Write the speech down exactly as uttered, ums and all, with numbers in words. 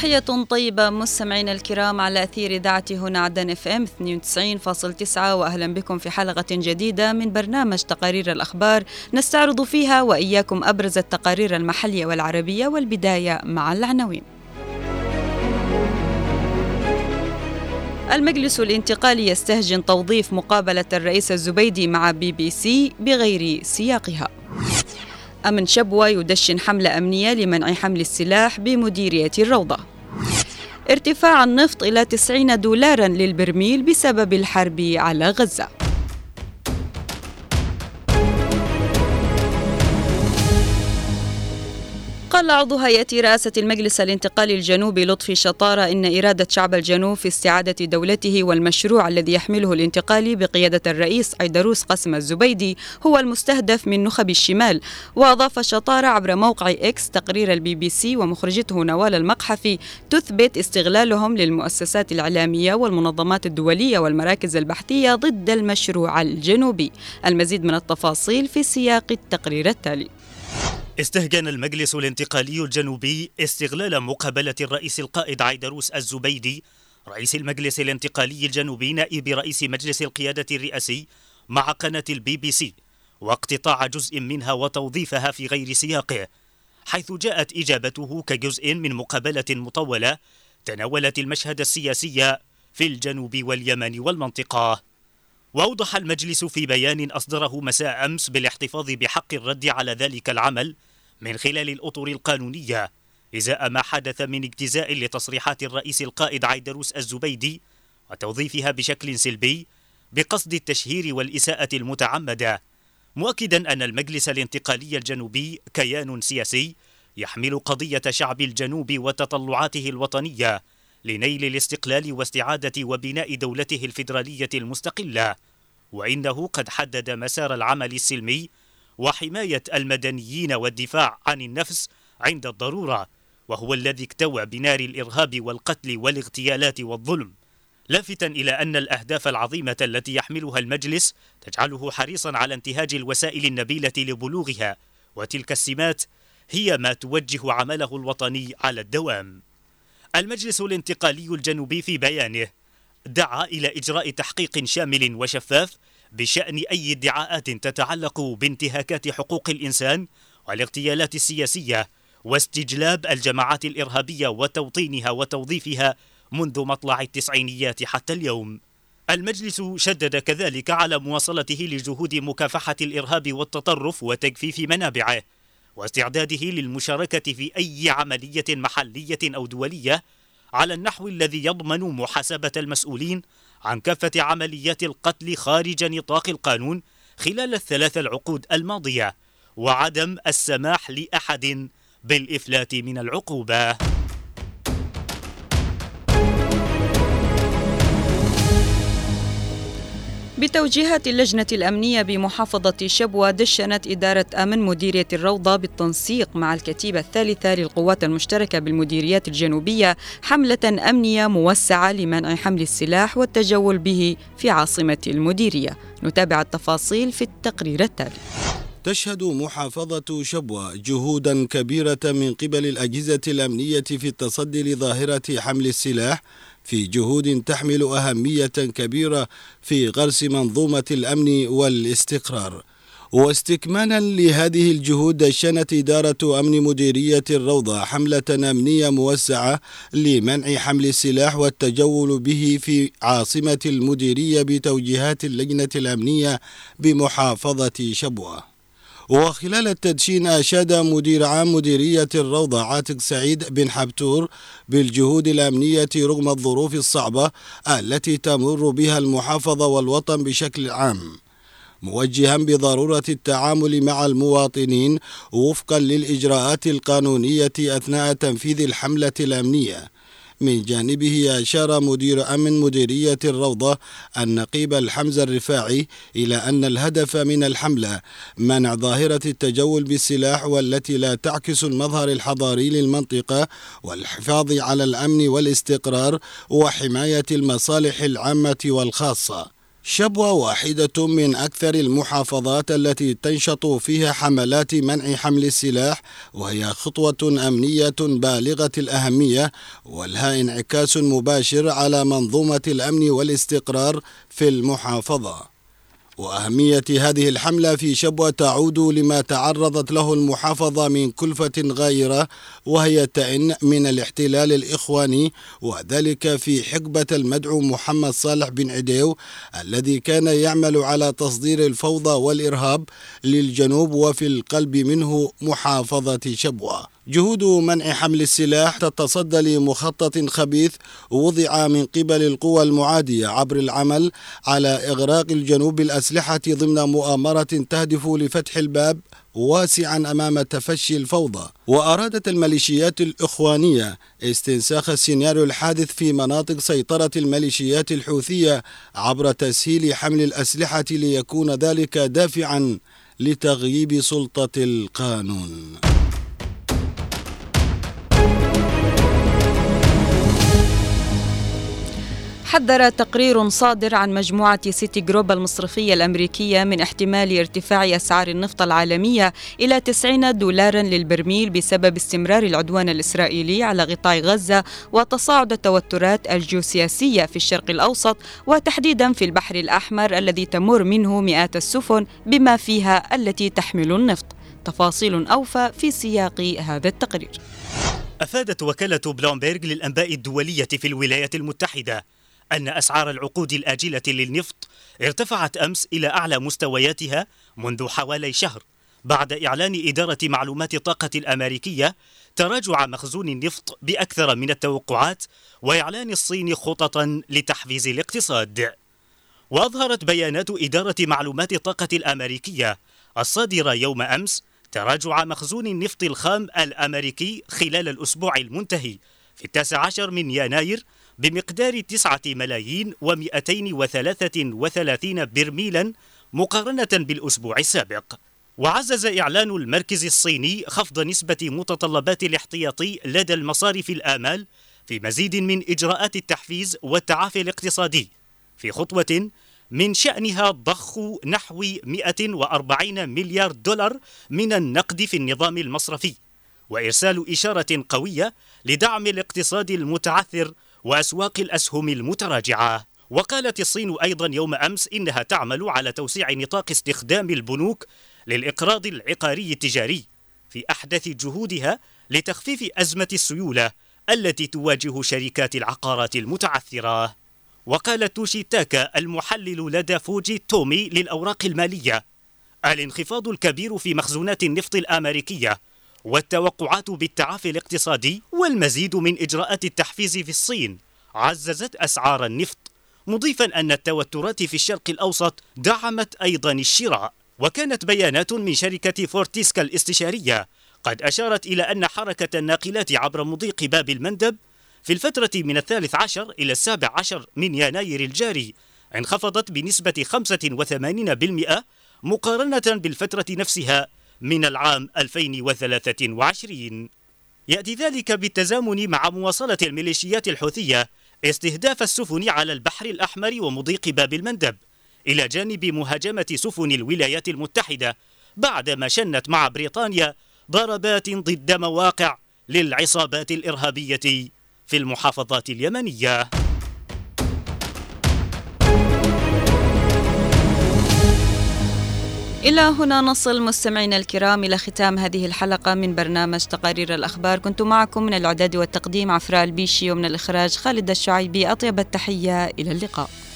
تحية طيبة مستمعينا الكرام على أثير إذاعة هنا عدن اف ام اثنين وتسعين فاصلة تسعة، وأهلا بكم في حلقة جديدة من برنامج تقارير الأخبار نستعرض فيها وإياكم أبرز التقارير المحلية والعربية، والبداية مع العناوين. المجلس الانتقالي يستهجن توظيف مقابلة الرئيس الزبيدي مع بي بي سي بغير سياقها. أمن شبوة يدشن حملة أمنية لمنع حمل السلاح بمديرية الروضة. ارتفاع النفط إلى تسعين دولاراً للبرميل بسبب الحرب على غزة. قال عضو هيئة رئاسة المجلس الانتقالي الجنوبي لطفي شطارة إن إرادة شعب الجنوب في استعادة دولته والمشروع الذي يحمله الانتقالي بقيادة الرئيس عيدروس قاسم الزبيدي هو المستهدف من نخب الشمال. وأضاف شطارة عبر موقع إكس تقرير البي بي سي ومخرجته نوال المقحفي تثبت استغلالهم للمؤسسات الإعلامية والمنظمات الدولية والمراكز البحثية ضد المشروع الجنوبي. المزيد من التفاصيل في سياق التقرير التالي. استهجن المجلس الانتقالي الجنوبي استغلال مقابلة الرئيس القائد عيدروس الزبيدي رئيس المجلس الانتقالي الجنوبي نائب رئيس مجلس القيادة الرئاسي مع قناة البي بي سي، واقتطاع جزء منها وتوظيفها في غير سياقه، حيث جاءت إجابته كجزء من مقابلة مطولة تناولت المشهد السياسي في الجنوب واليمن والمنطقة. وأوضح المجلس في بيان أصدره مساء أمس بالاحتفاظ بحق الرد على ذلك العمل من خلال الأطر القانونية إزاء ما حدث من اجتزاء لتصريحات الرئيس القائد عيدروس الزبيدي وتوظيفها بشكل سلبي بقصد التشهير والإساءة المتعمدة، مؤكدا أن المجلس الانتقالي الجنوبي كيان سياسي يحمل قضية شعب الجنوب وتطلعاته الوطنية لنيل الاستقلال واستعادة وبناء دولته الفيدرالية المستقلة، وإنه قد حدد مسار العمل السلمي وحماية المدنيين والدفاع عن النفس عند الضرورة، وهو الذي اكتوى بنار الإرهاب والقتل والاغتيالات والظلم، لافتا إلى أن الأهداف العظيمة التي يحملها المجلس تجعله حريصا على انتهاج الوسائل النبيلة لبلوغها، وتلك السمات هي ما توجه عمله الوطني على الدوام. المجلس الانتقالي الجنوبي في بيانه دعا إلى إجراء تحقيق شامل وشفاف بشأن أي ادعاءات تتعلق بانتهاكات حقوق الإنسان والاغتيالات السياسية واستجلاب الجماعات الإرهابية وتوطينها وتوظيفها منذ مطلع التسعينيات حتى اليوم. المجلس شدد كذلك على مواصلته لجهود مكافحة الإرهاب والتطرف وتجفيف منابعه، واستعداده للمشاركة في أي عملية محلية أو دولية على النحو الذي يضمن محاسبة المسؤولين عن كافة عمليات القتل خارج نطاق القانون خلال الثلاث العقود الماضية، وعدم السماح لأحد بالإفلات من العقوبة. بتوجيهات اللجنة الأمنية بمحافظة شبوة دشنت إدارة أمن مديرية الروضة بالتنسيق مع الكتيبة الثالثة للقوات المشتركة بالمديريات الجنوبية حملة أمنية موسعة لمنع حمل السلاح والتجول به في عاصمة المديرية. نتابع التفاصيل في التقرير التالي. تشهد محافظة شبوة جهودا كبيرة من قبل الأجهزة الأمنية في التصدي لظاهرة حمل السلاح، في جهود تحمل أهمية كبيرة في غرس منظومة الأمن والاستقرار. واستكمالا لهذه الجهود دشنت إدارة أمن مديرية الروضة حملة أمنية موسعة لمنع حمل السلاح والتجول به في عاصمة المديرية بتوجيهات اللجنة الأمنية بمحافظة شبوة. وخلال التدشين أشاد مدير عام مديرية الروضة عاتق سعيد بن حبتور بالجهود الأمنية رغم الظروف الصعبة التي تمر بها المحافظة والوطن بشكل عام، موجها بضرورة التعامل مع المواطنين وفقا للإجراءات القانونية أثناء تنفيذ الحملة الأمنية. من جانبه أشار مدير أمن مديرية الروضة النقيب الحمزة الرفاعي إلى أن الهدف من الحملة منع ظاهرة التجول بالسلاح والتي لا تعكس المظهر الحضاري للمنطقة، والحفاظ على الأمن والاستقرار وحماية المصالح العامة والخاصة. شبوة واحدة من أكثر المحافظات التي تنشط فيها حملات منع حمل السلاح، وهي خطوة أمنية بالغة الأهمية ولها انعكاس مباشر على منظومة الأمن والاستقرار في المحافظة. وأهمية هذه الحملة في شبوة تعود لما تعرضت له المحافظة من كلفة غايرة، وهي تئن من الاحتلال الإخواني، وذلك في حقبة المدعو محمد صالح بن عديو الذي كان يعمل على تصدير الفوضى والإرهاب للجنوب وفي القلب منه محافظة شبوة. جهود منع حمل السلاح تتصدى لمخطط خبيث وضع من قبل القوى المعادية عبر العمل على إغراق الجنوب بالأسلحة ضمن مؤامرة تهدف لفتح الباب واسعا أمام تفشي الفوضى. وأرادت الميليشيات الإخوانية استنساخ السيناريو الحادث في مناطق سيطرة الميليشيات الحوثية عبر تسهيل حمل الأسلحة ليكون ذلك دافعا لتغييب سلطة القانون. حذر تقرير صادر عن مجموعة سيتي جروب المصرفية الأمريكية من احتمال ارتفاع أسعار النفط العالمية إلى تسعين دولارا للبرميل بسبب استمرار العدوان الإسرائيلي على قطاع غزة وتصاعد التوترات الجيوسياسية في الشرق الأوسط، وتحديدا في البحر الأحمر الذي تمر منه مئات السفن بما فيها التي تحمل النفط. تفاصيل أوفى في سياق هذا التقرير. أفادت وكالة بلومبيرغ للأنباء الدولية في الولايات المتحدة أن أسعار العقود الآجلة للنفط ارتفعت أمس إلى أعلى مستوياتها منذ حوالي شهر، بعد إعلان إدارة معلومات الطاقة الأمريكية تراجع مخزون النفط بأكثر من التوقعات، وإعلان الصين خططا لتحفيز الاقتصاد. وأظهرت بيانات إدارة معلومات الطاقة الأمريكية الصادرة يوم أمس تراجع مخزون النفط الخام الأمريكي خلال الأسبوع المنتهي في التاسع عشر من يناير بمقدار تسعة ملايين ومئتين وثلاثة وثلاثين برميلا مقارنة بالأسبوع السابق. وعزز إعلان المركز الصيني خفض نسبة متطلبات الاحتياطي لدى المصارف الآمال في مزيد من إجراءات التحفيز والتعافي الاقتصادي، في خطوة من شأنها ضخ نحو مئة وأربعين مليار دولار من النقد في النظام المصرفي، وإرسال إشارة قوية لدعم الاقتصاد المتعثر وأسواق الأسهم المتراجعة. وقالت الصين أيضا يوم أمس إنها تعمل على توسيع نطاق استخدام البنوك للإقراض العقاري التجاري في أحدث جهودها لتخفيف أزمة السيولة التي تواجه شركات العقارات المتعثرة. وقال توشي تاكا المحلل لدى فوجي تومي للأوراق المالية الانخفاض الكبير في مخزونات النفط الأمريكية والتوقعات بالتعافي الاقتصادي والمزيد من إجراءات التحفيز في الصين عززت أسعار النفط، مضيفا أن التوترات في الشرق الأوسط دعمت أيضا الشراء. وكانت بيانات من شركة فورتيسكا الاستشارية قد أشارت إلى أن حركة الناقلات عبر مضيق باب المندب في الفترة من الثالث عشر إلى السابع عشر من يناير الجاري انخفضت بنسبة خمسة وثمانين بالمئة مقارنة بالفترة نفسها من العام ألفين وثلاثة وعشرين. يأتي ذلك بالتزامن مع مواصلة الميليشيات الحوثية استهداف السفن على البحر الأحمر ومضيق باب المندب، إلى جانب مهاجمة سفن الولايات المتحدة بعدما شنت مع بريطانيا ضربات ضد مواقع للعصابات الإرهابية في المحافظات اليمنية. إلى هنا نصل مستمعينا الكرام إلى ختام هذه الحلقة من برنامج تقارير الأخبار. كنت معكم من الإعداد والتقديم عفراء البيشي، ومن الإخراج خالد الشعيبي. أطيب التحية، إلى اللقاء.